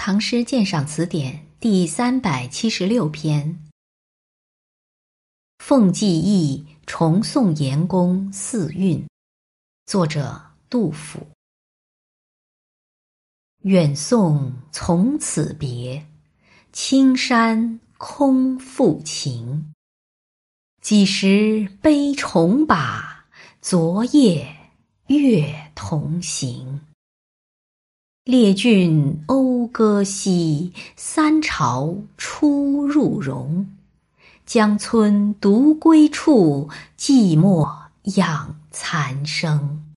唐诗鉴赏词典第376篇。奉记忆重诵严公四韵，作者杜甫。远送从此别，青山空复情。几时悲重把，昨夜月同行。列郡讴歌兮，三朝出入荣。江村独归处，寂寞养残生。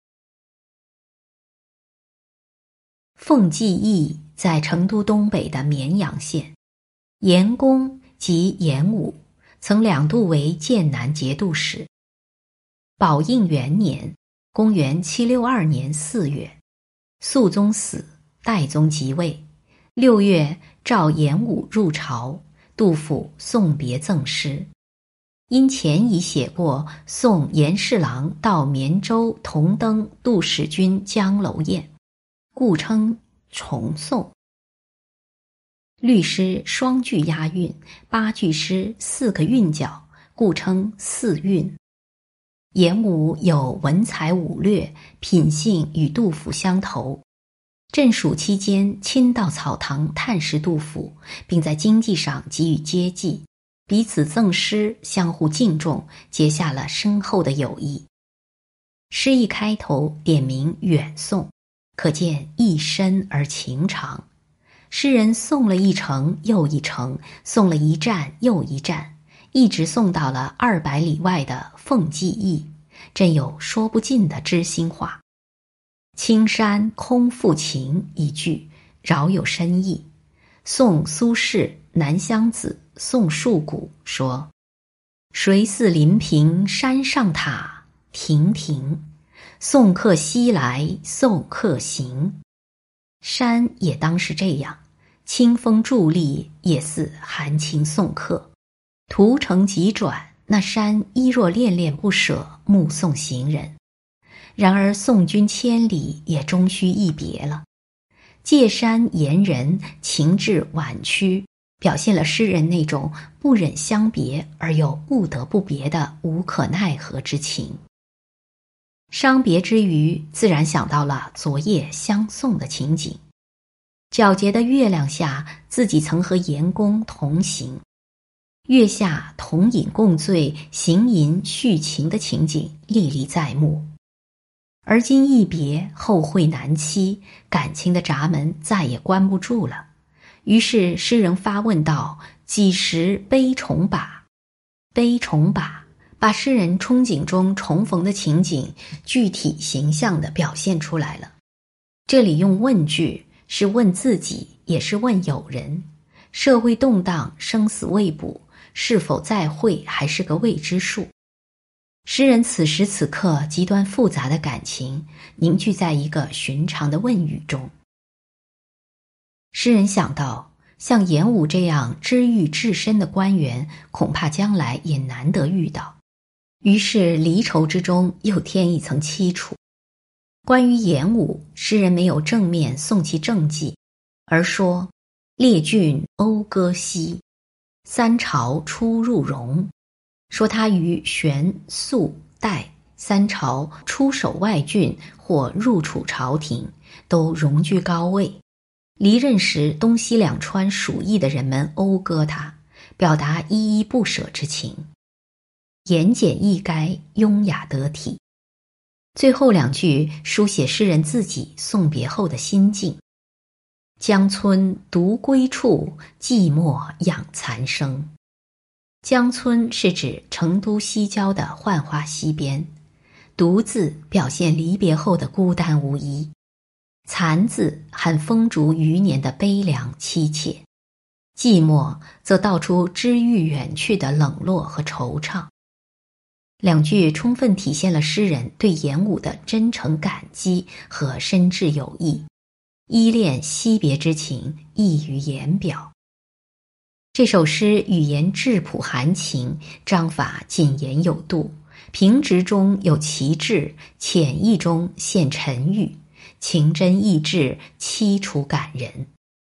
奉记忆在成都东北的绵阳县，严公即严武曾2度为剑南节度使。宝应元年，公元762年4月，肃宗死，代宗即位。6月，召严武入朝，杜甫送别赠诗。因前已写过送严侍郎到绵州同登杜使君江楼宴，故称重诵。律诗双句押韵，8句诗4个韵脚，故称四韵。严武有文才武略，品性与杜甫相投。镇蜀期间亲到草堂探视杜甫，并在经济上给予接济，彼此赠诗，相互敬重，结下了深厚的友谊。诗一开头点名远送，可见意深而情长。诗人送了一程又一程，送了一站又一站，一直送到了200里外的奉记忆，真有说不尽的知心话。青山空复情一句饶有深意。宋苏轼、南乡子、宋树谷说：谁似临平山上塔，亭亭，送客西来送客行。山也当是这样，清风伫立，也似含情送客。途程急转，那山依若恋恋不舍，目送行人。然而送君千里，也终须一别了。借山言人，情至婉曲，表现了诗人那种不忍相别而又不得不别的无可奈何之情。伤别之余，自然想到了昨夜相送的情景。皎洁的月亮下，自己曾和严公同行，月下同饮共醉，行吟续情的情景历历在目。而今一别，后会难期，感情的闸门再也关不住了。于是诗人发问道：几时悲重把？悲重把诗人憧憬中重逢的情景具体形象地表现出来了。这里用问句，是问自己，也是问友人。社会动荡，生死未卜，是否再会还是个未知数。诗人此时此刻极端复杂的感情凝聚在一个寻常的问语中。诗人想到，像严武这样知遇至深的官员，恐怕将来也难得遇到，于是离愁之中又添一层凄楚。关于严武，诗人没有正面送其政绩，而说列郡讴歌兮，三朝出入荣，说他于玄、肃、代3朝出守外郡或入处朝廷，都荣居高位。离任时，东西两川属邑的人们讴歌他，表达依依不舍之情。言简意赅，雍雅得体。最后2句书写诗人自己送别后的心境。江村独归处，寂寞养残生。江村是指成都西郊的浣花溪边，独字表现离别后的孤单无依，残字含风烛余年的悲凉凄切，寂寞则道出知遇远去的冷落和惆怅。2句充分体现了诗人对严武的真诚感激和深挚友谊，依恋惜别之情溢于言表。这首诗语言质朴含情，章法谨严有度，平直中有奇致，浅意中现沉郁，情真意挚，凄楚感人。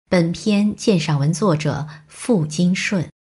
本篇鉴赏文作者傅金顺。